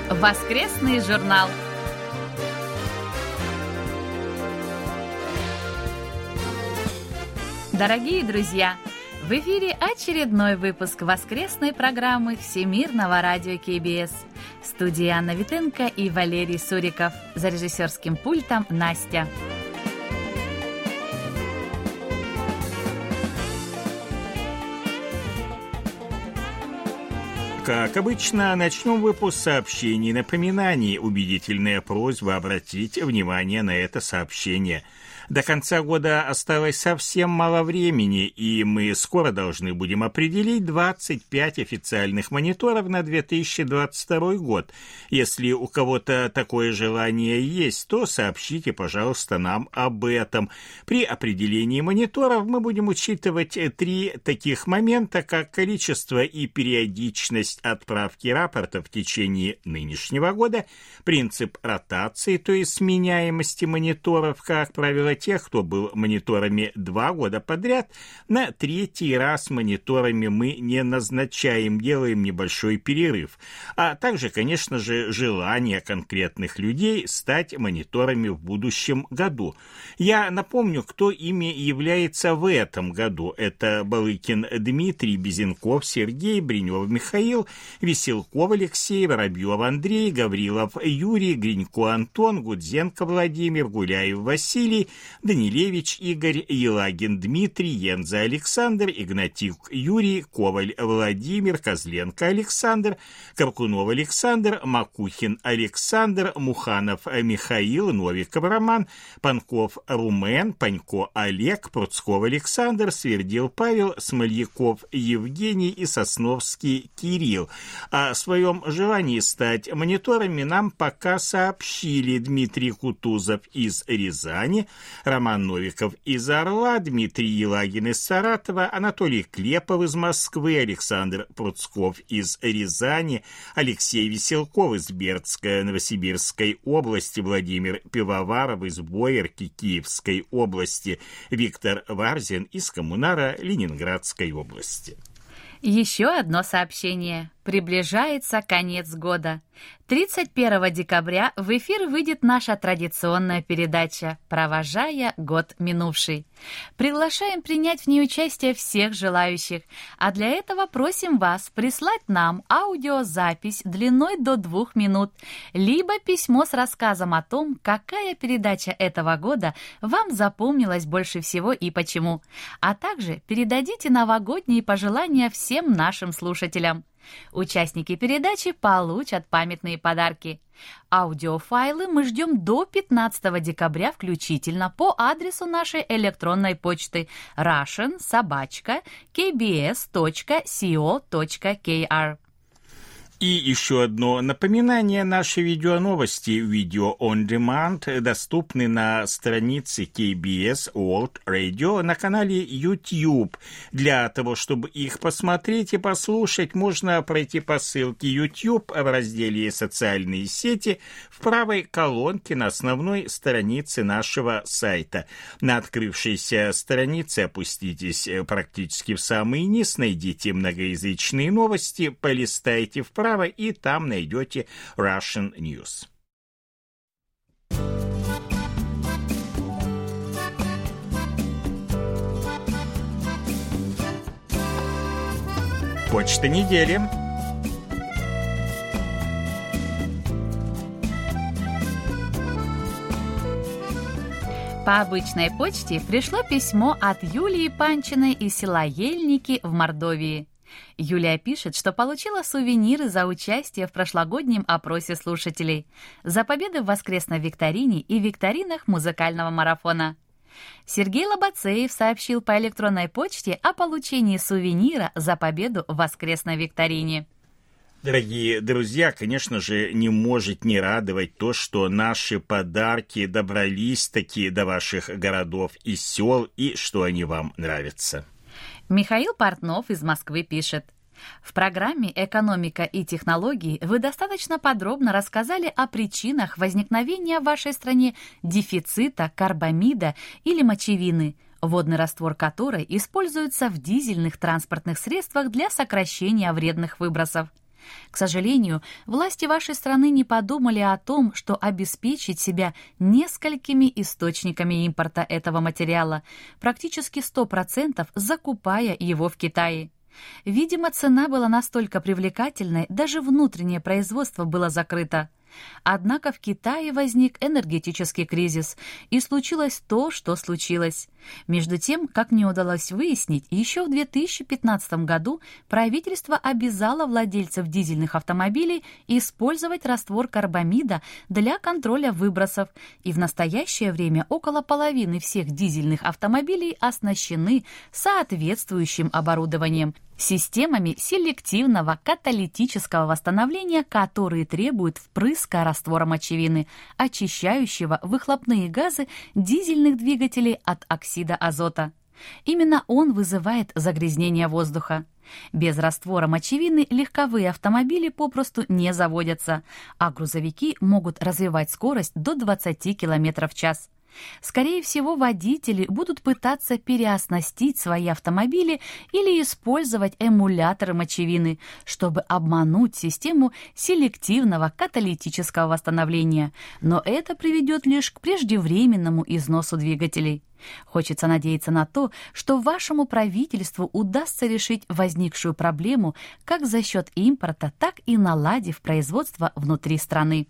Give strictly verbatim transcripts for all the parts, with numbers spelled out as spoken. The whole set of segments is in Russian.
Воскресный журнал. Дорогие друзья, в эфире очередной выпуск воскресной программы Всемирного радио кей би эс. В студии Анна Витенко и Валерий Суриков. За режиссерским пультом Настя. Как обычно, начнем выпуск сообщений и напоминаний. Убедительная просьба обратить внимание на это сообщение. До конца года осталось совсем мало времени, и мы скоро должны будем определить двадцать пять официальных мониторов на две тысячи двадцать второй год. Если у кого-то такое желание есть, то сообщите, пожалуйста, нам об этом. При определении мониторов мы будем учитывать три таких момента, как количество и периодичность отправки рапорта в течение нынешнего года, принцип ротации, то есть сменяемости мониторов, как правило, тех, кто был мониторами два года подряд. На третий раз мониторами мы не назначаем, делаем небольшой перерыв. А также, конечно же, желание конкретных людей стать мониторами в будущем году. Я напомню, кто ими является в этом году. Это Балыкин Дмитрий, Безенков Сергей, Бринев Михаил, Веселков Алексей, Воробьев Андрей, Гаврилов Юрий, Гринько Антон, Гудзенко Владимир, Гуляев Василий, Данилевич Игорь, Елагин Дмитрий, Янза Александр, Игнатюк Юрий, Коваль Владимир, Козленко Александр, Каркунов Александр, Макухин Александр, Муханов Михаил, Новиков Роман, Панков Румен, Панько Олег, Пруцков Александр, Свердил Павел, Смольяков Евгений и Сосновский Кирилл. О своем желании стать мониторами нам пока сообщили Дмитрий Кутузов из Рязани, Роман Новиков из Орла, Дмитрий Елагин из Саратова, Анатолий Клепов из Москвы, Александр Пруцков из Рязани, Алексей Веселков из Бердской Новосибирской области, Владимир Пивоваров из Боярки Киевской области, Виктор Варзин из Коммунара Ленинградской области. Еще одно сообщение. Приближается конец года. тридцать первого декабря в эфир выйдет наша традиционная передача «Провожая год минувший». Приглашаем принять в ней участие всех желающих, а для этого просим вас прислать нам аудиозапись длиной до двух минут, либо письмо с рассказом о том, какая передача этого года вам запомнилась больше всего и почему, а также передадите новогодние пожелания всем нашим слушателям. Участники передачи получат памятные подарки. Аудиофайлы мы ждем до пятнадцатого декабря включительно по адресу нашей электронной почты russian собака кей би эс точка си о точка кей ар. И еще одно напоминание. Наши видеоновости «Видео on Demand» доступны на странице кей би эс World Radio на канале YouTube. Для того, чтобы их посмотреть и послушать, можно пройти по ссылке YouTube в разделе «Социальные сети» в правой колонке на основной странице нашего сайта. На открывшейся странице опуститесь практически в самый низ, найдите многоязычные новости, полистайте вправо, и там найдете Russian News. Почта недели. По обычной почте пришло письмо от Юлии Панчиной из села Ельники в Мордовии. Юлия пишет, что получила сувениры за участие в прошлогоднем опросе слушателей, за победы в воскресной викторине и викторинах музыкального марафона. Сергей Лобацеев сообщил по электронной почте о получении сувенира за победу в воскресной викторине. Дорогие друзья, конечно же, не может не радовать то, что наши подарки добрались-таки до ваших городов и сел, и что они вам нравятся. Михаил Портнов из Москвы пишет: в программе «Экономика и технологии» вы достаточно подробно рассказали о причинах возникновения в вашей стране дефицита карбамида или мочевины, водный раствор которой используется в дизельных транспортных средствах для сокращения вредных выбросов. К сожалению, власти вашей страны не подумали о том, что обеспечить себя несколькими источниками импорта этого материала, практически сто процентов закупая его в Китае. Видимо, цена была настолько привлекательной, даже внутреннее производство было закрыто. Однако в Китае возник энергетический кризис, и случилось то, что случилось. Между тем, как мне удалось выяснить, еще в две тысячи пятнадцатом году правительство обязало владельцев дизельных автомобилей использовать раствор карбамида для контроля выбросов, и в настоящее время около половины всех дизельных автомобилей оснащены соответствующим оборудованием, системами селективного каталитического восстановления, которые требуют впрыска раствора мочевины, очищающего выхлопные газы дизельных двигателей от оксида азота. Именно он вызывает загрязнение воздуха. Без раствора мочевины легковые автомобили попросту не заводятся, а грузовики могут развивать скорость до двадцати километров в час. Скорее всего, водители будут пытаться переоснастить свои автомобили или использовать эмуляторы мочевины, чтобы обмануть систему селективного каталитического восстановления, но это приведет лишь к преждевременному износу двигателей. Хочется надеяться на то, что вашему правительству удастся решить возникшую проблему как за счет импорта, так и наладив производство внутри страны.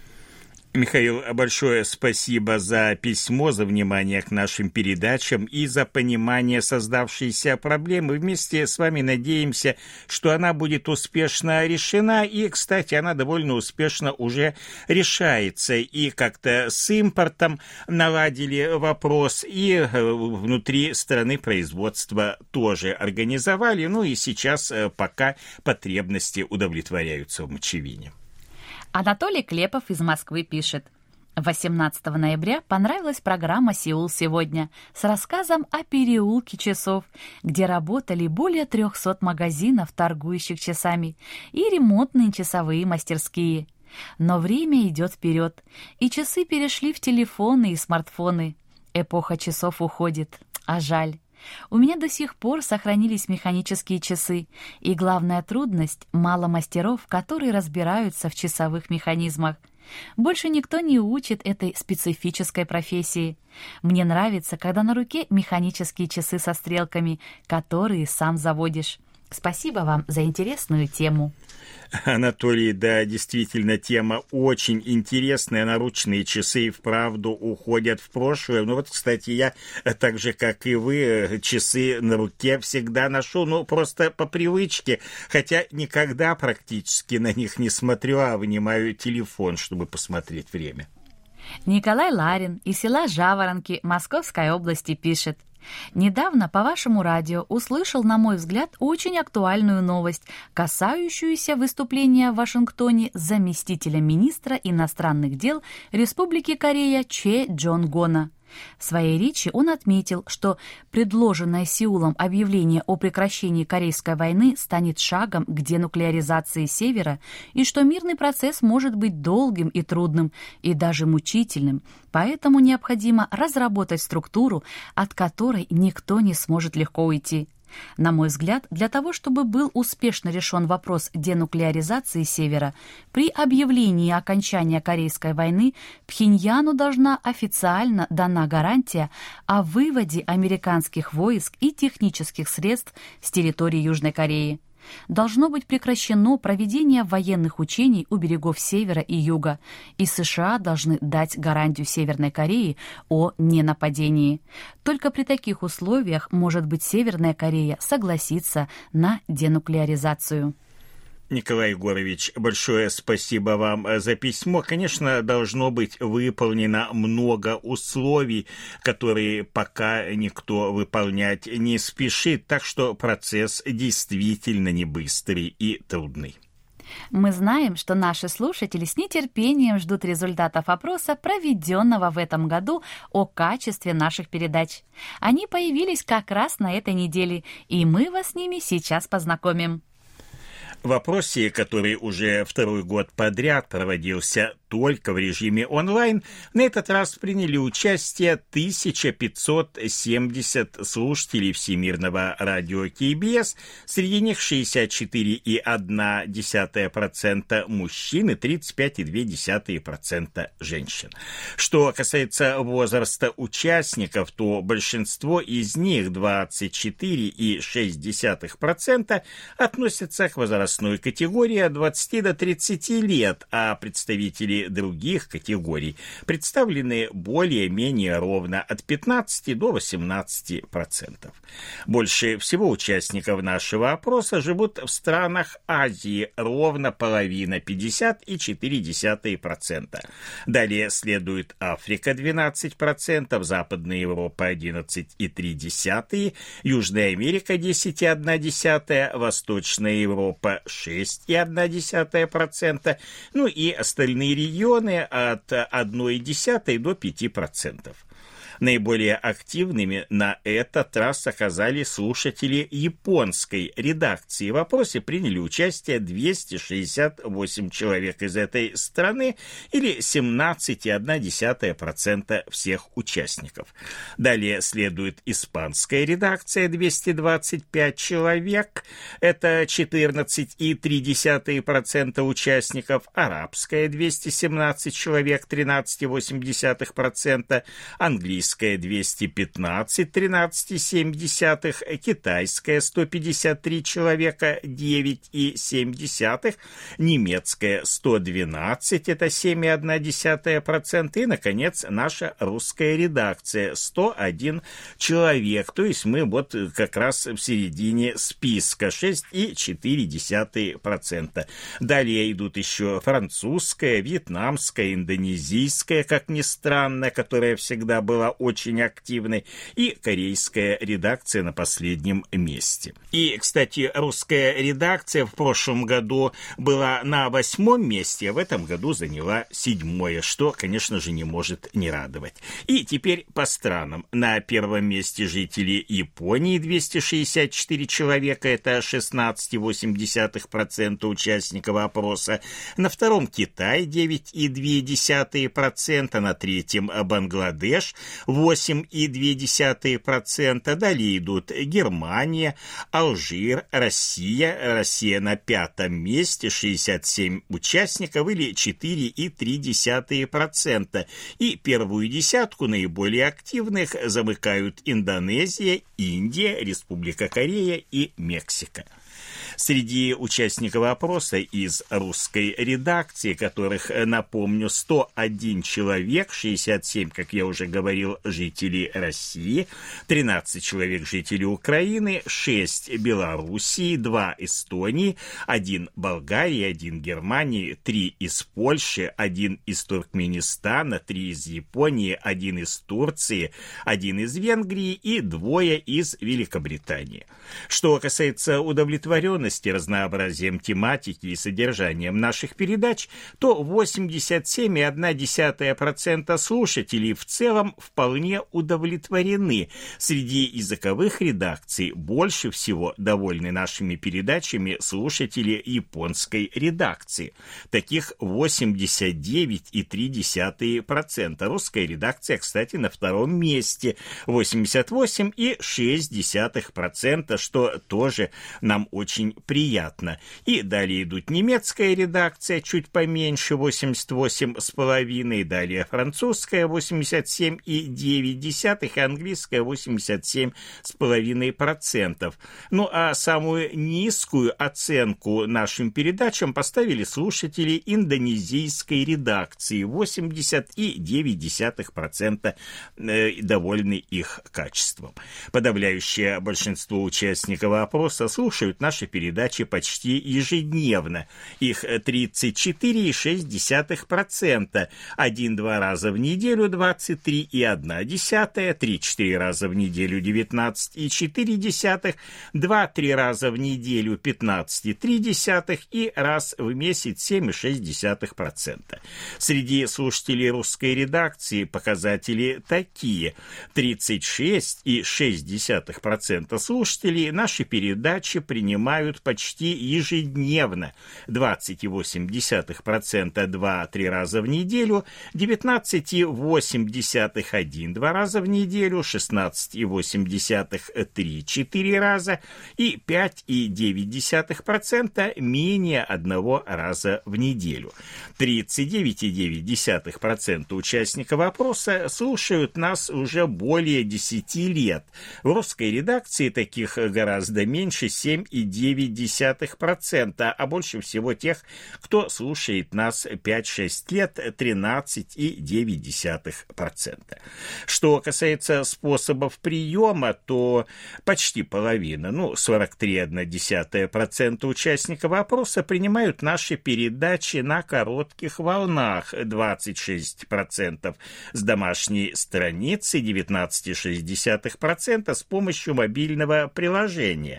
Михаил, большое спасибо за письмо, за внимание к нашим передачам и за понимание создавшейся проблемы. Вместе с вами надеемся, что она будет успешно решена. И, кстати, она довольно успешно уже решается. И как-то с импортом наладили вопрос, и внутри страны производства тоже организовали. Ну и сейчас пока потребности удовлетворяются в мочевине. Анатолий Клепов из Москвы пишет. восемнадцатого ноября понравилась программа «Сеул сегодня» с рассказом о переулке часов, где работали более трехсот магазинов, торгующих часами, и ремонтные часовые мастерские. Но время идет вперед, и часы перешли в телефоны и смартфоны. Эпоха часов уходит, а жаль. У меня до сих пор сохранились механические часы, и главная трудность — мало мастеров, которые разбираются в часовых механизмах. Больше никто не учит этой специфической профессии. Мне нравится, когда на руке механические часы со стрелками, которые сам заводишь. Спасибо вам за интересную тему. Анатолий, да, действительно, тема очень интересная. Наручные часы вправду уходят в прошлое. Ну вот, кстати, я, так же, как и вы, часы на руке всегда ношу, ну, просто по привычке. Хотя никогда практически на них не смотрю, а вынимаю телефон, чтобы посмотреть время. Николай Ларин из села Жаворонки Московской области пишет. Недавно по вашему радио услышал, на мой взгляд, очень актуальную новость, касающуюся выступления в Вашингтоне заместителя министра иностранных дел Республики Корея Че Джон Гона. В своей речи он отметил, что предложенное Сеулом объявление о прекращении Корейской войны станет шагом к денуклеаризации Севера и что мирный процесс может быть долгим и трудным, и даже мучительным, поэтому необходимо разработать структуру, от которой никто не сможет легко уйти. На мой взгляд, для того, чтобы был успешно решен вопрос денуклеаризации Севера, при объявлении окончания Корейской войны Пхеньяну должна официально дана гарантия о выводе американских войск и технических средств с территории Южной Кореи. Должно быть прекращено проведение военных учений у берегов Севера и Юга, и США должны дать гарантию Северной Корее о ненападении. Только при таких условиях, может быть, Северная Корея согласится на денуклеаризацию. Николай Егорович, большое спасибо вам за письмо. Конечно, должно быть выполнено много условий, которые пока никто выполнять не спешит, так что процесс действительно не быстрый и трудный. Мы знаем, что наши слушатели с нетерпением ждут результатов опроса, проведенного в этом году о качестве наших передач. Они появились как раз на этой неделе, и мы вас с ними сейчас познакомим. В опросе, который уже второй год подряд проводился только в режиме онлайн на этот раз приняли участие тысяча пятьсот семьдесят слушателей Всемирного радио кей би эс, среди них шестьдесят четыре целых одна десятая процента мужчин и тридцать пять целых две десятых процента женщин. Что касается возраста участников, то большинство из них, двадцать четыре целых шесть десятых процента, относятся к возрастной категории от двадцати до тридцати лет, а представители других категорий представлены более-менее ровно от пятнадцати до восемнадцати процентов. Больше всего участников нашего опроса живут в странах Азии, ровно половина, пятьдесят целых четыре десятых процента. Далее следует Африка, двенадцать процентов, Западная Европа, одиннадцать целых три десятых процента, Южная Америка, десять целых одна десятая процента, Восточная Европа, шесть целых одна десятая процента, ну и остальные регионы от одной десятой до пяти процентов. Наиболее активными на этот раз оказались слушатели японской редакции. В опросе приняли участие двести шестьдесят восемь человек из этой страны, или семнадцать целых одна десятая процента всех участников. Далее следует испанская редакция, двести двадцать пять человек, это четырнадцать целых три десятых процента участников, арабская двести семнадцать человек, тринадцать целых восемь десятых процента, английская двести пятнадцать, тринадцать целых семь десятых процента, китайская сто пятьдесят три человека, девять целых семь десятых процента, немецкая сто двенадцать, это семь целых одна десятая процента, и, наконец, наша русская редакция сто один человек, то есть мы вот как раз в середине списка, шесть целых четыре десятых процента. Далее идут еще французская, вьетнамская, индонезийская, как ни странно, которая всегда была очень активной, и корейская редакция на последнем месте. И, кстати, русская редакция в прошлом году была на восьмом месте, а в этом году заняла седьмое, что, конечно же, не может не радовать. И теперь по странам. На первом месте жители Японии, двести шестьдесят четыре человека, это шестнадцать целых восемь десятых процента участников опроса. На втором Китай, девять целых две десятых процента, на третьем Бангладеш, восемь целых две десятых процента. Далее идут Германия, Алжир, Россия. Россия на пятом месте, шестьдесят семь участников, или четыре целых три десятых процента. И первую десятку наиболее активных замыкают Индонезия, Индия, Республика Корея и Мексика. Среди участников опроса из русской редакции, которых, напомню, сто один человек, шестьдесят семь, как я уже говорил, жители России, тринадцать человек жители Украины, шесть Белоруссии, два Эстонии, один Болгарии, один Германии, три из Польши, один из Туркменистана, три из Японии, один из Турции, один из Венгрии и двое из Великобритании. Что касается удовлетворенности разнообразием тематики и содержанием наших передач, то восемьдесят семь целых одна десятая процента слушателей в целом вполне удовлетворены. Среди языковых редакций больше всего довольны нашими передачами слушатели японской редакции. Таких восемьдесят девять целых три десятых процента. Русская редакция, кстати, на втором месте, восемьдесят восемь целых шесть десятых процента, что тоже нам очень приятно. И далее идут немецкая редакция, чуть поменьше, восемьдесят восемь целых пять десятых, далее французская, восемьдесят семь целых девять десятых, и английская, восемьдесят семь целых пять процента. Ну а самую низкую оценку нашим передачам поставили слушатели индонезийской редакции, восемьдесят целых девять десятых процента довольны их качеством. Подавляющее большинство участников опроса слушают наши передачи почти ежедневно. Их тридцать четыре целых шесть десятых процента, один-два раза в неделю двадцать три целых одна десятая, три-четыре раза в неделю девятнадцать целых четыре десятых, два-три раза в неделю пятнадцать целых три десятых и раз в месяц семь целых шесть десятых процента. Среди слушателей русской редакции показатели такие: тридцать шесть целых шесть десятых процента слушателей наши передачи принимают принимают почти ежедневно, двадцать целых восемь десятых процента два-три раза в неделю, девятнадцать целых восемь десятых один-два раза в неделю, шестнадцать целых восемь десятых три-четыре раза и пять целых девять десятых процента менее одного раза в неделю. тридцать девять целых девять десятых процента участников опроса слушают нас уже более десяти лет. В русской редакции таких гораздо меньше, семь целых девять десятых процента, а больше всего тех, кто слушает нас пять-шесть лет, тринадцать целых девять десятых процента. Что касается способов приема, то почти половина, ну, сорок три целых одна десятая процента участников опроса принимают наши передачи на коротких волнах, двадцать шесть процентов с домашней страницы, девятнадцать целых шесть десятых процента с помощью мобильного приложения.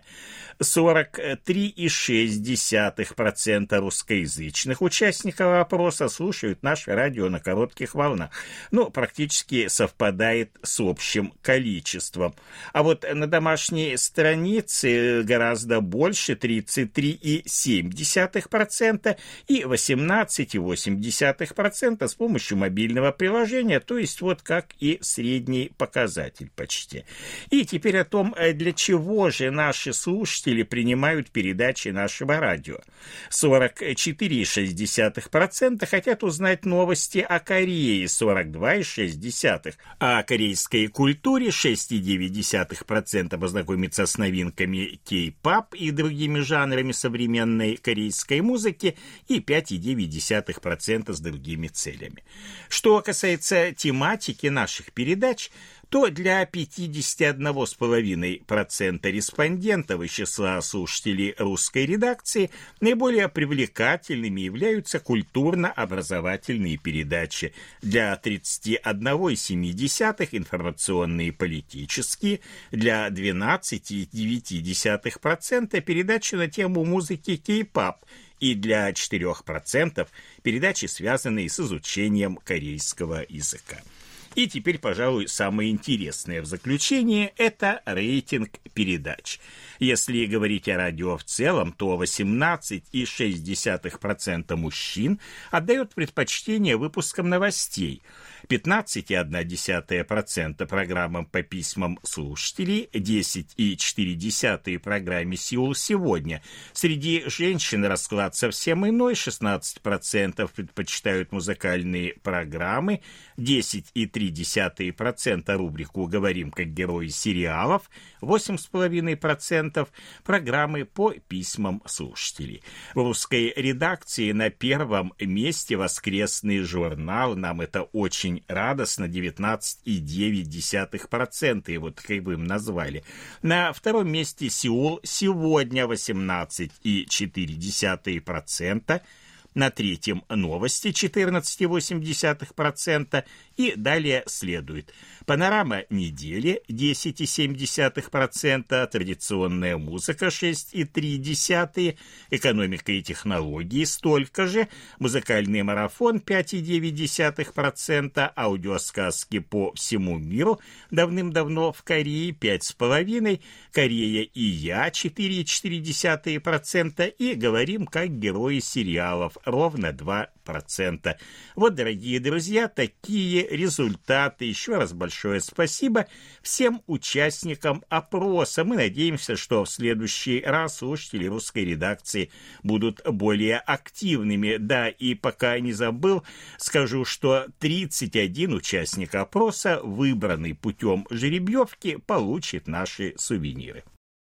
сорок три целых шесть десятых процента русскоязычных участников опроса слушают наше радио на коротких волнах. Ну, практически совпадает с общим количеством. А вот на домашней странице гораздо больше, тридцать три целых семь десятых процента и восемнадцать целых восемь десятых процента с помощью мобильного приложения, то есть вот как и средний показатель почти. И теперь о том, для чего же наши слушатели принимают передачи нашего радио. сорок четыре целых шесть десятых процента хотят узнать новости о Корее, сорок два целых шесть десятых процента, о корейской культуре, шесть целых девять десятых процента познакомиться с новинками кей-поп и другими жанрами современной корейской музыки и пять целых девять десятых процента с другими целями. Что касается тематики наших передач, то для пятьдесят один целых пять десятых процента респондентов из числа слушателей русской редакции наиболее привлекательными являются культурно-образовательные передачи, для тридцать один целых семь десятых информационные и политические, для двенадцать целых девять десятых процента передачи на тему музыки кей-поп и для четыре процента передачи, связанные с изучением корейского языка. И теперь, пожалуй, самое интересное в заключение – это рейтинг передач. Если говорить о радио в целом, то восемнадцать целых шесть десятых процента мужчин отдает предпочтение выпускам новостей, пятнадцать целых одна десятая процента программам по письмам слушателей, десять целых четыре десятых процента программе «Сеул сегодня». Среди женщин расклад совсем иной, шестнадцать процентов предпочитают музыкальные программы, десять целых три десятых процента рубрику «Говорим как герои сериалов», восемь целых пять десятых процента программы по письмам слушателей. В русской редакции на первом месте воскресный журнал, нам это очень радостно, девятнадцать целых девять десятых процента, его таковым назвали. На втором месте «Сеул сегодня», восемнадцать целых четыре десятых процента. На третьем новости четырнадцать целых восемь десятых процента и далее следует панорама недели десять целых семь десятых процента, традиционная музыка шесть целых три десятых процента, экономика и технологии столько же, музыкальный марафон пять целых девять десятых процента, аудиосказки по всему миру, давным-давно в Корее пять целых пять десятых процента, Корея и я четыре целых четыре десятых процента и говорим как герои сериалов ровно два процента. Вот, дорогие друзья, такие результаты. Еще раз большое спасибо всем участникам опроса. Мы надеемся, что в следующий раз слушатели русской редакции будут более активными. Да, и пока не забыл, скажу, что тридцать один участник опроса, выбранный путем жеребьевки, получит наши сувениры.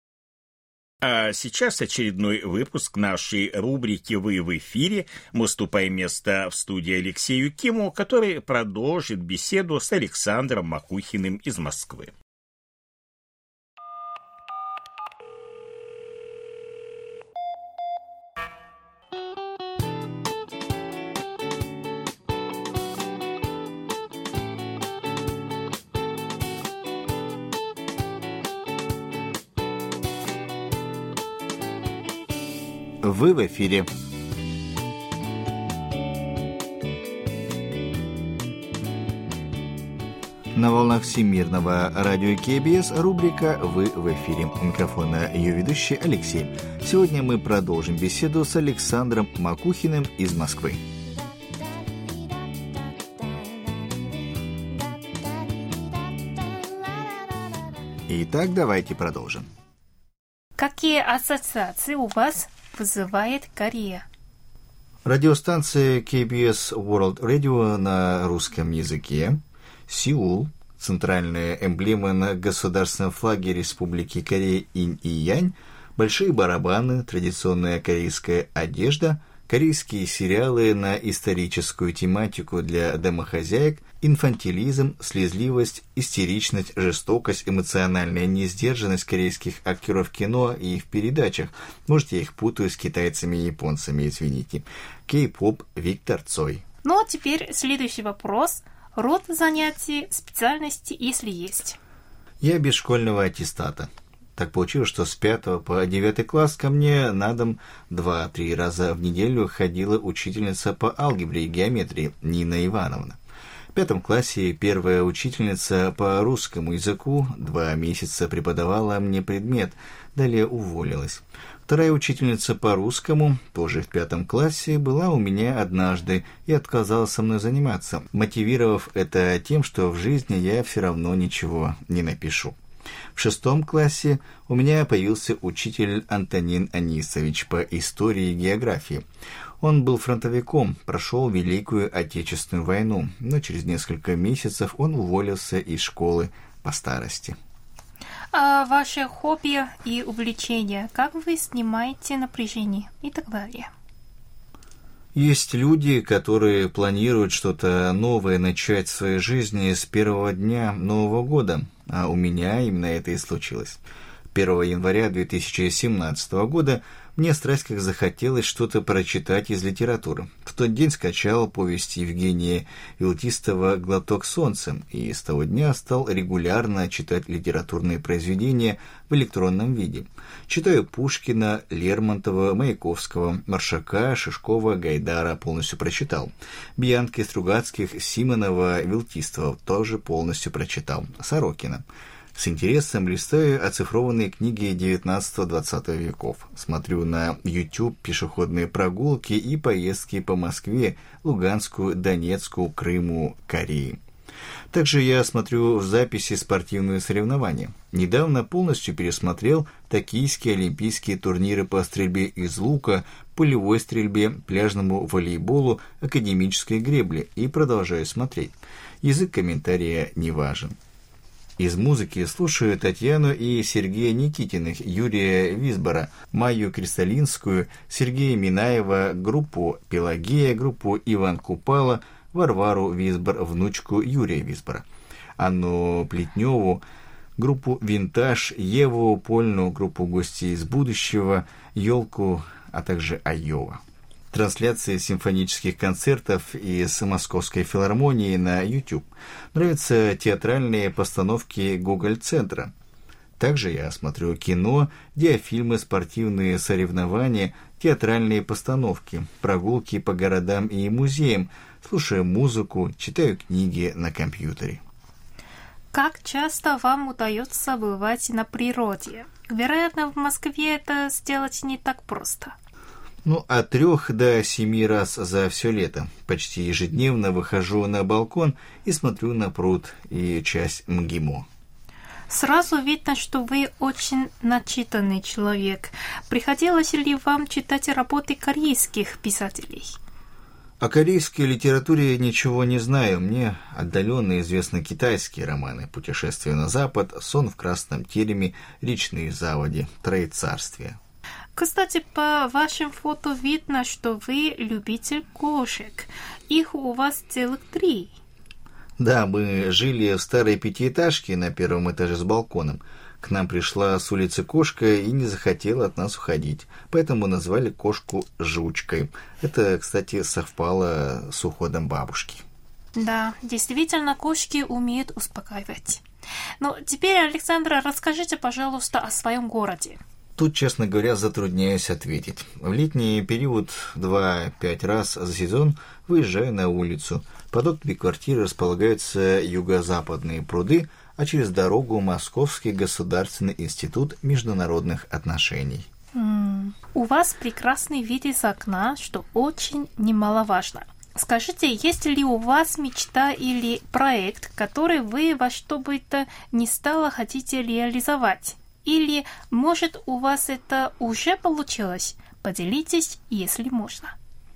А сейчас очередной выпуск нашей рубрики «Вы в эфире». Мы уступаем место в студии Алексею Киму, который продолжит беседу с Александром Макухиным из Москвы. Вы в эфире. На волнах Всемирного радио кей би эс рубрика «Вы в эфире». У микрофона ее ведущий Алексей. Сегодня мы продолжим беседу с Александром Макухиным из Москвы. Итак, давайте продолжим. Какие ассоциации у вас вызывает Корея? Радиостанция кей би эс World Radio на русском языке. Сеул, центральная эмблема на государственном флаге Республики Корея инь и янь, большие барабаны, традиционная корейская одежда, корейские сериалы на историческую тематику для домохозяек, инфантилизм, слезливость, истеричность, жестокость, эмоциональная несдержанность корейских актеров кино и в передачах. Может, я их путаю с китайцами и японцами, извините. Кей-поп, Виктор Цой. Ну, а теперь следующий вопрос. Род занятий, специальности, если есть. Я без школьного аттестата. Так получилось, что с пятого по девятый класс ко мне на дом два-три раза в неделю ходила учительница по алгебре и геометрии Нина Ивановна. В пятом классе первая учительница по русскому языку два месяца преподавала мне предмет, далее уволилась. Вторая учительница по русскому, тоже в пятом классе, была у меня однажды и отказалась со мной заниматься, мотивировав это тем, что в жизни я все равно ничего не напишу. В шестом классе у меня появился учитель Антонин Анисович по истории и географии. Он был фронтовиком, прошел Великую Отечественную войну, но через несколько месяцев он уволился из школы по старости. А ваши хобби и увлечения, как вы снимаете напряжение и так далее? Есть люди, которые планируют что-то новое начать в своей жизни с первого дня Нового года, а у меня именно это и случилось. первого января две тысячи семнадцатого года мне страсть как захотелось что-то прочитать из литературы. В тот день скачал повесть Евгения Вилтистова «Глоток солнца» и с того дня стал регулярно читать литературные произведения в электронном виде. Читаю Пушкина, Лермонтова, Маяковского, Маршака, Шишкова, Гайдара полностью прочитал. Бьянки, Стругацких, Симонова, Вилтистова тоже полностью прочитал. Сорокина. С интересом листаю оцифрованные книги девятнадцатого-двадцатого веков. Смотрю на YouTube пешеходные прогулки и поездки по Москве, Луганску, Донецку, Крыму, Корее. Также я смотрю в записи спортивные соревнования. Недавно полностью пересмотрел токийские олимпийские турниры по стрельбе из лука, полевой стрельбе, пляжному волейболу, академической гребле и продолжаю смотреть. Язык комментария не важен. Из музыки слушаю Татьяну и Сергея Никитиных, Юрия Висбора, Майю Кристалинскую, Сергея Минаева, группу «Пелагея», группу Иван Купала, Варвару Висбор, внучку Юрия Висбора, Анну Плетневу, группу «Винтаж», Еву Польну, группу «Гости из будущего», Ёлку, а также Айова. Трансляции симфонических концертов из Московской филармонии на YouTube. Нравятся театральные постановки Гоголь-центра. Также я смотрю кино, диафильмы, спортивные соревнования, театральные постановки, прогулки по городам и музеям, слушаю музыку, читаю книги на компьютере. Как часто вам удается бывать на природе? Вероятно, в Москве это сделать не так просто. Ну, от трех до семи раз за все лето. Почти ежедневно выхожу на балкон и смотрю на пруд и часть МГИМО. Сразу видно, что вы очень начитанный человек. Приходилось ли вам читать работы корейских писателей? О корейской литературе ничего не знаю. Мне отдаленно известны китайские романы «Путешествие на запад», «Сон в красном тереме», «Речные заводи», «Троецарствие». Кстати, по вашим фото видно, что вы любитель кошек. Их у вас целых три. Да, мы жили в старой пятиэтажке на первом этаже с балконом. К нам пришла с улицы кошка и не захотела от нас уходить, поэтому назвали кошку Жучкой. Это, кстати, совпало с уходом бабушки. Да, действительно, кошки умеют успокаивать. Ну, теперь, Александра, расскажите, пожалуйста, о своем городе. Тут, честно говоря, затрудняюсь ответить. В летний период два-пять раз за сезон выезжаю на улицу. Под окнами квартиры располагаются юго-западные пруды, а через дорогу Московский государственный институт международных отношений. Mm. У вас прекрасный вид из окна, что очень немаловажно. Скажите, есть ли у вас мечта или проект, который вы во что бы то ни стало хотите реализовать? Или, может, у вас это уже получилось? Поделитесь, если можно.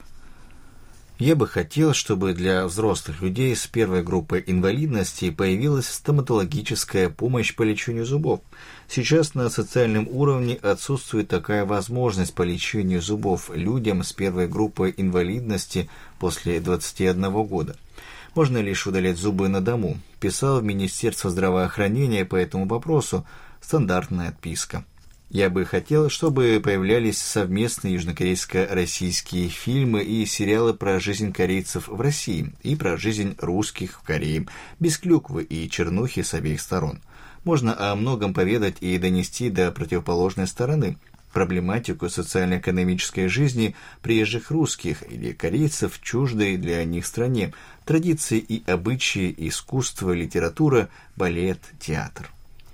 Я бы хотел, чтобы для взрослых людей с первой группой инвалидности появилась стоматологическая помощь по лечению зубов. Сейчас на социальном уровне отсутствует такая возможность по лечению зубов людям с первой группой инвалидности после двадцати одного года. Можно лишь удалять зубы на дому. Писал в Министерство здравоохранения по этому вопросу, стандартная отписка. Я бы хотел, чтобы появлялись совместные южнокорейско-российские фильмы и сериалы про жизнь корейцев в России и про жизнь русских в Корее, без клюквы и чернухи с обеих сторон. Можно о многом поведать и донести до противоположной стороны проблематику социально-экономической жизни приезжих русских или корейцев в чуждой для них стране, традиции и обычаи, искусство, литература, балет, театр.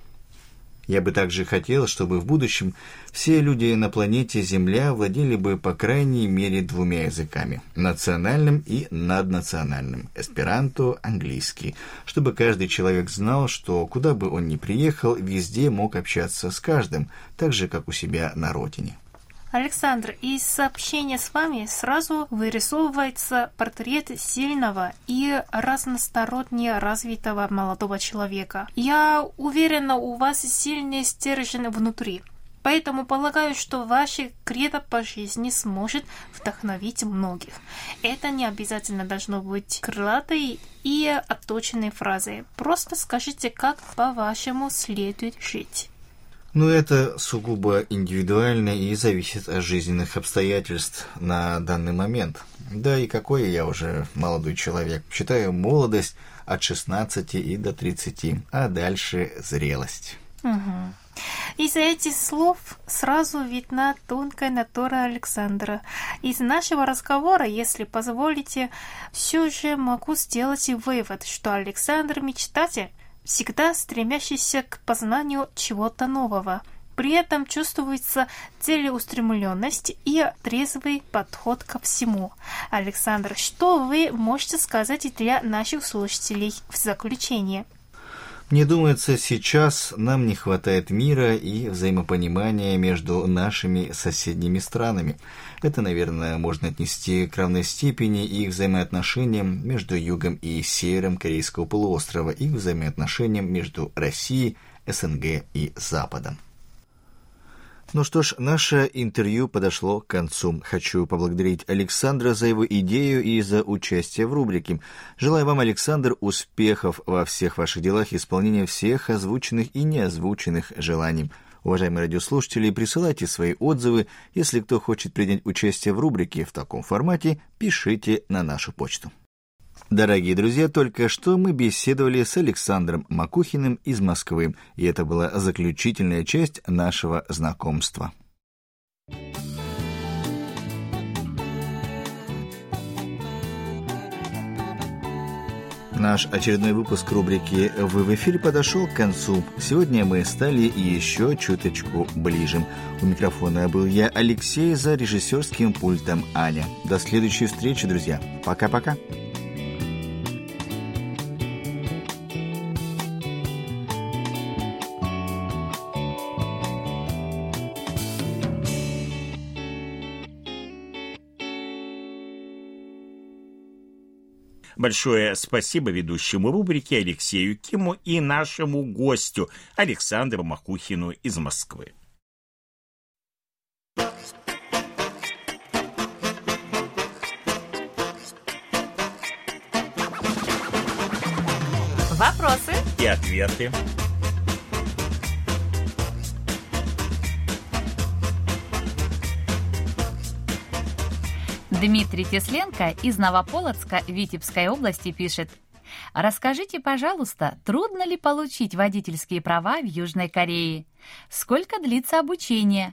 Я бы также хотел, чтобы в будущем все люди на планете Земля владели бы по крайней мере двумя языками – национальным и наднациональным, эсперанто, английский, чтобы каждый человек знал, что куда бы он ни приехал, везде мог общаться с каждым, так же, как у себя на родине. Александр, из сообщения с вами сразу вырисовывается портрет сильного и разносторонне развитого молодого человека. Я уверена, у вас сильный стержень внутри. Поэтому полагаю, что ваше кредо по жизни сможет вдохновить многих. Это не обязательно должно быть крылатой и отточенной фразой. Просто скажите, как по-вашему следует жить. Но это сугубо индивидуально и зависит от жизненных обстоятельств на данный момент. Да и какой я уже молодой человек. Считаю молодость от шестнадцати и до тридцати, а дальше зрелость. Угу. Из этих слов сразу видна тонкая натура Александра. Из нашего разговора, если позволите, все же могу сделать вывод, что Александр мечтатель, всегда стремящийся к познанию чего-то нового. При этом чувствуется целеустремленность и трезвый подход ко всему. Александр, что вы можете сказать для наших слушателей в заключение? Мне думается, сейчас нам не хватает мира и взаимопонимания между нашими соседними странами. Это, наверное, можно отнести к равной степени и к взаимоотношениям между югом и севером Корейского полуострова, и к взаимоотношениям между Россией, СНГ и Западом. Ну что ж, наше интервью подошло к концу. Хочу поблагодарить Александра за его идею и за участие в рубрике. Желаю вам, Александр, успехов во всех ваших делах и исполнения всех озвученных и неозвученных желаний. Уважаемые радиослушатели, присылайте свои отзывы. Если кто хочет принять участие в рубрике в таком формате, пишите на нашу почту. Дорогие друзья, только что мы беседовали с Александром Макухиным из Москвы, и это была заключительная часть нашего знакомства. Наш очередной выпуск рубрики «Вы в эфире» подошел к концу. Сегодня мы стали еще чуточку ближе. У микрофона был я, Алексей, за режиссерским пультом Аня. До следующей встречи, друзья. Пока-пока. Большое спасибо ведущему рубрики Алексею Киму и нашему гостю Александру Макухину из Москвы. Вопросы и ответы. Дмитрий Тесленко из Новополоцка Витебской области пишет: расскажите, пожалуйста, трудно ли получить водительские права в Южной Корее? Сколько длится обучение?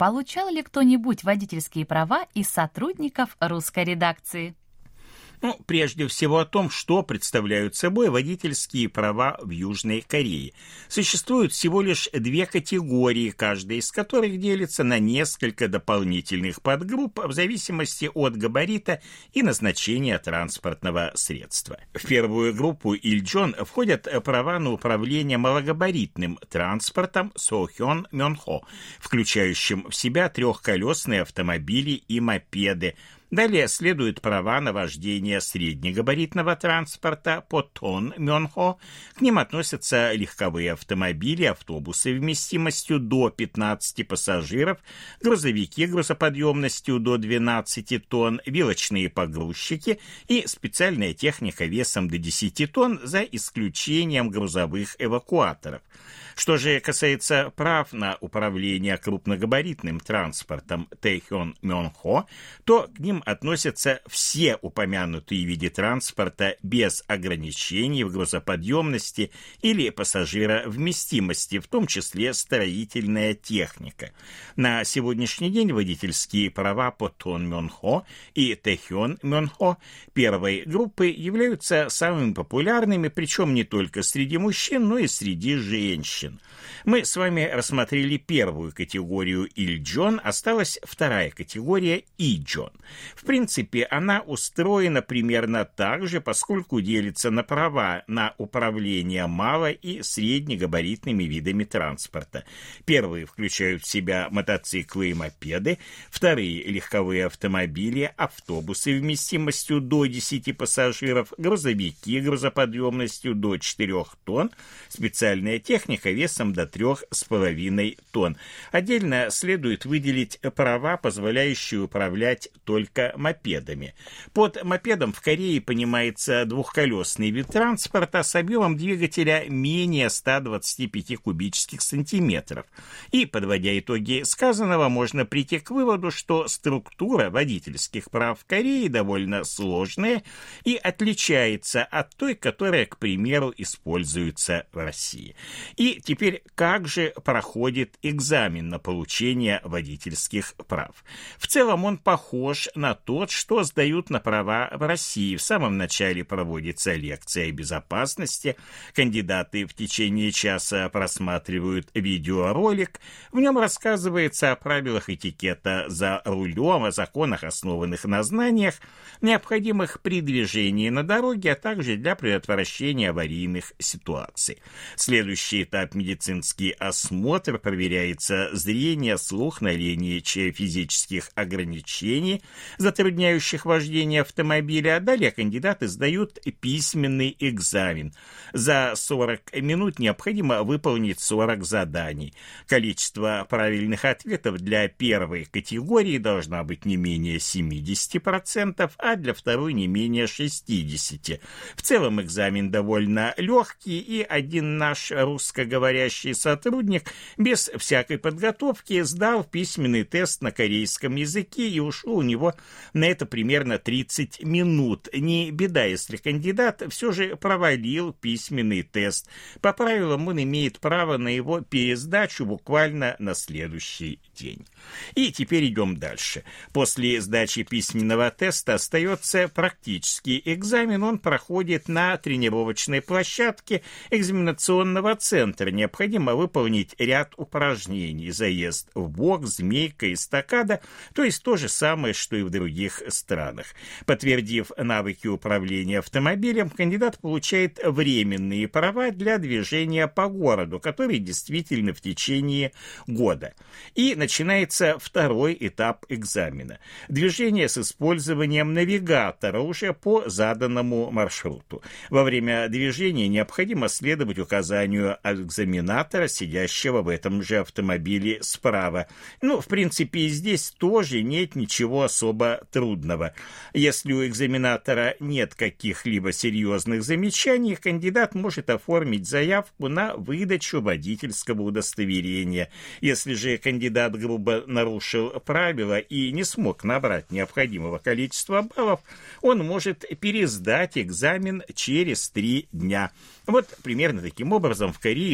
получал ли кто-нибудь водительские права из сотрудников русской редакции? Ну, прежде всего о том, что представляют собой водительские права в Южной Корее. Существует всего лишь две категории, каждая из которых делится на несколько дополнительных подгрупп в зависимости от габарита и назначения транспортного средства. В первую группу Ильджон входят права на управление малогабаритным транспортом Сохён Мёнхо, включающим в себя трехколесные автомобили и мопеды. Далее следуют права на вождение среднегабаритного транспорта по Тон Мёнхо. К ним относятся легковые автомобили, автобусы вместимостью до пятнадцати пассажиров, грузовики грузоподъемностью до двенадцати тонн, вилочные погрузчики и специальная техника весом до десяти тонн, за исключением грузовых эвакуаторов. Что же касается прав на управление крупногабаритным транспортом Тэхён Мёнхо, то к ним относятся все упомянутые виды транспорта без ограничений в грузоподъемности или пассажировместимости, в том числе строительная техника. На сегодняшний день водительские права по Тон Мёнхо и Тэхён Мёнхо первой группы являются самыми популярными, причем не только среди мужчин, но и среди женщин. Мы с вами рассмотрели первую категорию Ильджон, осталась вторая категория Иджон. В принципе, она устроена примерно так же, поскольку делится на права на управление мало- и среднегабаритными видами транспорта. Первые включают в себя мотоциклы и мопеды, вторые — легковые автомобили, автобусы вместимостью до десяти пассажиров, грузовики грузоподъемностью до четырёх тонн, специальная техника весом до трёх с половиной тонн. Отдельно следует выделить права, позволяющие управлять только мопедами. Под мопедом в Корее понимается двухколесный вид транспорта с объемом двигателя менее ста двадцати пяти кубических сантиметров. И, подводя итоги сказанного, можно прийти к выводу, что структура водительских прав в Корее довольно сложная и отличается от той, которая, к примеру, используется в России. И теперь, как же проходит экзамен на получение водительских прав? В целом он похож на тот, что сдают на права в России. В самом начале проводится лекция о безопасности, кандидаты в течение часа просматривают видеоролик, в нем рассказывается о правилах этикета за рулем, о законах, основанных на знаниях, необходимых при движении на дороге, а также для предотвращения аварийных ситуаций. Следующий этап — медицинский осмотр, проверяется зрение, слух, наличие физических ограничений, затрудняющих вождение автомобиля. Далее кандидаты сдают письменный экзамен. За сорок минут необходимо выполнить сорок заданий. Количество правильных ответов для первой категории должно быть не менее семидесяти процентов, а для второй не менее шестидесяти процентов. В целом экзамен довольно легкий, и один наш русскоговорящий сотрудник без всякой подготовки сдал письменный тест на корейском языке, и ушло у него на это примерно тридцать минут. Не беда, если кандидат все же провалил письменный тест. По правилам он имеет право на его пересдачу буквально на следующий день. И теперь идем дальше. После сдачи письменного теста остается практический экзамен. Он проходит на тренировочной площадке экзаменационного центра. Необходимо выполнить ряд упражнений: заезд в бокс, змейка, эстакада, то есть то же самое, что и в других странах. Подтвердив навыки управления автомобилем, кандидат получает временные права для движения по городу, которые действительно в течение года. И начинается второй этап экзамена. Движение с использованием навигатора уже по заданному маршруту. Во время движения необходимо следовать указанию экзаменатора, сидящего в этом же автомобиле справа. Ну, в принципе, и здесь тоже нет ничего особо трудного. Если у экзаменатора нет каких-либо серьезных замечаний, кандидат может оформить заявку на выдачу водительского удостоверения. Если же кандидат грубо нарушил правила и не смог набрать необходимого количества баллов, он может пересдать экзамен через три дня. Вот примерно таким образом в Корее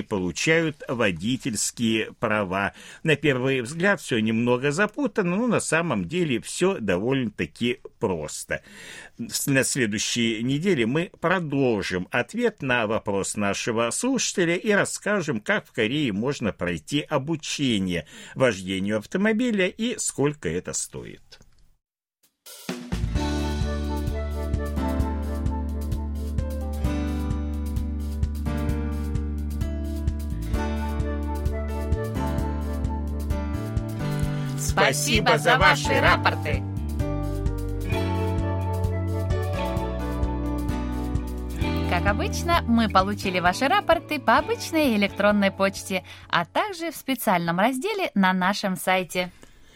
получают водительские права. На первый взгляд все немного запутано, но на самом деле все довольно-таки просто. На следующей неделе мы продолжим ответ на вопрос нашего слушателя и расскажем, как в Корее можно пройти обучение вождению автомобиля и сколько это стоит. Спасибо за ваши рапорты! Как обычно, мы получили ваши рапорты по обычной электронной почте, а также в специальном разделе на нашем сайте.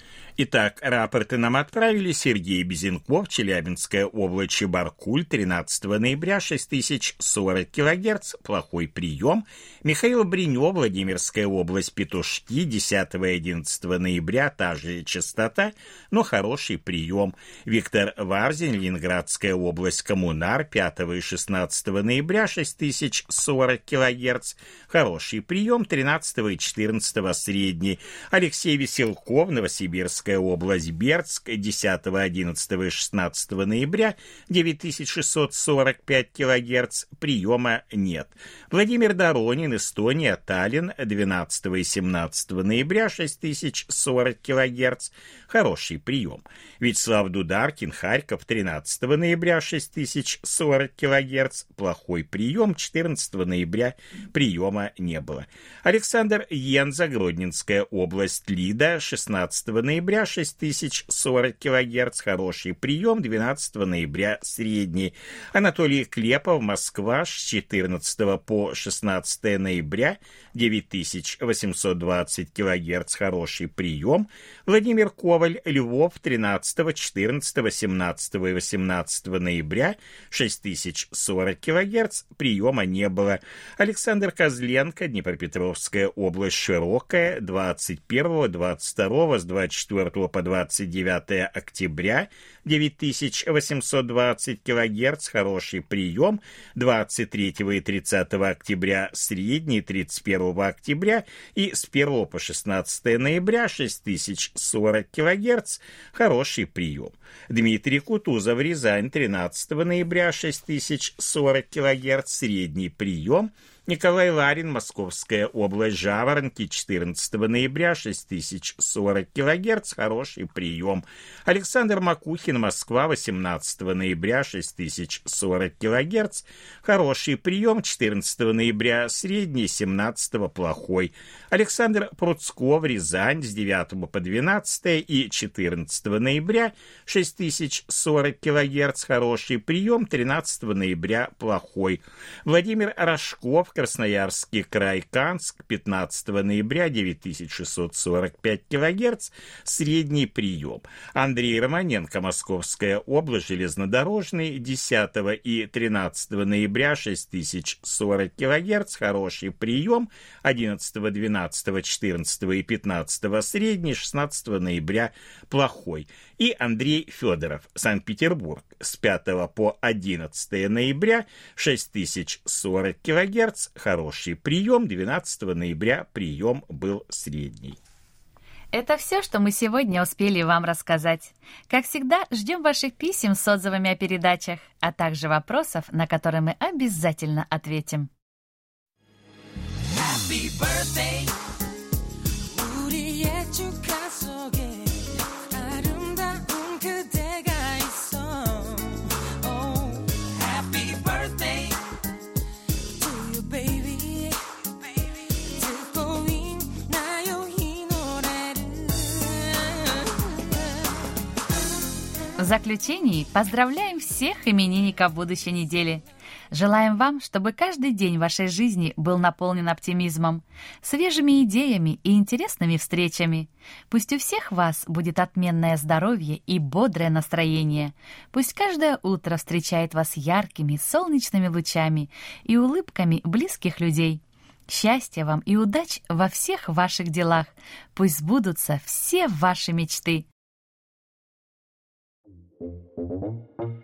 Итак, рапорты нам отправили Сергей Безенков, Челябинская область, Чебаркуль, тринадцатого ноября, шесть тысяч сорок килогерц, плохой прием. Михаил Бринев, Владимирская область, Петушки, десятого и одиннадцатого ноября, та же частота, но хороший прием. Виктор Варзин, Ленинградская область, Коммунар, пятого и шестнадцатого ноября, шесть тысяч сорок килогерц, хороший прием, тринадцатого и четырнадцатого средний. Алексей Веселков, Новосибирская область, Бердск, десятого, одиннадцатого и шестнадцатого ноября, девять тысяч шестьсот сорок пять килогерц, приема нет. Владимир Доронин, Эстония, Таллин, двенадцатого и семнадцатого ноября, шесть тысяч сорок килогерц, хороший прием. Вячеслав Дударкин, Харьков, тринадцатого ноября, шесть тысяч сорок килогерц, плохой прием, четырнадцатого ноября приема не было. Александр Йенза, Гродненская область, Лида, шестнадцатого ноября, шесть тысяч сорок килогерц, хороший прием, двенадцатого ноября средний. Анатолий Клепов, Москва, с четырнадцатого по шестнадцатого ноября, девять тысяч восемьсот двадцать килогерц, хороший прием. Владимир Коваль, Львов, тринадцатого, четырнадцатого, семнадцатого и восемнадцатого ноября, шесть тысяч сорок килогерц, приема не было. Александр Козленко, Днепропетровская область, Широкая, двадцать первого, двадцать второго, с двадцать четвёртого по двадцать девятое октября, девять тысяч восемьсот двадцать килогерц, хороший прием. двадцать третьего и тридцатого октября средний, тридцать первого октября и с первого по шестнадцатого ноября шесть тысяч сорок килогерц, хороший прием. Дмитрий Кутузов, Рязань, тринадцатого ноября, шесть тысяч сорок килогерц, средний прием. Николай Ларин, Московская область, Жаворонки, четырнадцатого ноября, шесть тысяч сорок килогерц, хороший прием. Александр Макухин, Москва, восемнадцатого ноября, шесть тысяч сорок килогерц, хороший прием, четырнадцатого ноября средний, семнадцатого плохой. Александр Пруцков, Рязань, с девятого по двенадцатое и четырнадцатого ноября, шесть тысяч сорок килогерц, хороший прием, тринадцатого ноября плохой. Владимир Рожков, Красноярский край, Канск, пятнадцатого ноября, девять тысяч шестьсот сорок пять килогерц, средний прием. Андрей Романенко, Московская область, железнодорожный, десятого и тринадцатого ноября, шесть тысяч сорок килогерц, хороший прием, одиннадцатого, двенадцатого, четырнадцатого и пятнадцатого средний, шестнадцатого ноября плохой. И Андрей Федоров, Санкт-Петербург, с пятого по одиннадцатое ноября, шесть тысяч сорок килогерц, хороший прием, двенадцатого ноября прием был средний. Это все, что мы сегодня успели вам рассказать. Как всегда, ждем ваших писем с отзывами о передачах, а также вопросов, на которые мы обязательно ответим. Happy birthday. В заключении поздравляем всех именинников будущей недели. Желаем вам, чтобы каждый день вашей жизни был наполнен оптимизмом, свежими идеями и интересными встречами. Пусть у всех вас будет отменное здоровье и бодрое настроение. Пусть каждое утро встречает вас яркими солнечными лучами и улыбками близких людей. Счастья вам и удач во всех ваших делах. Пусть сбудутся все ваши мечты. Thank you.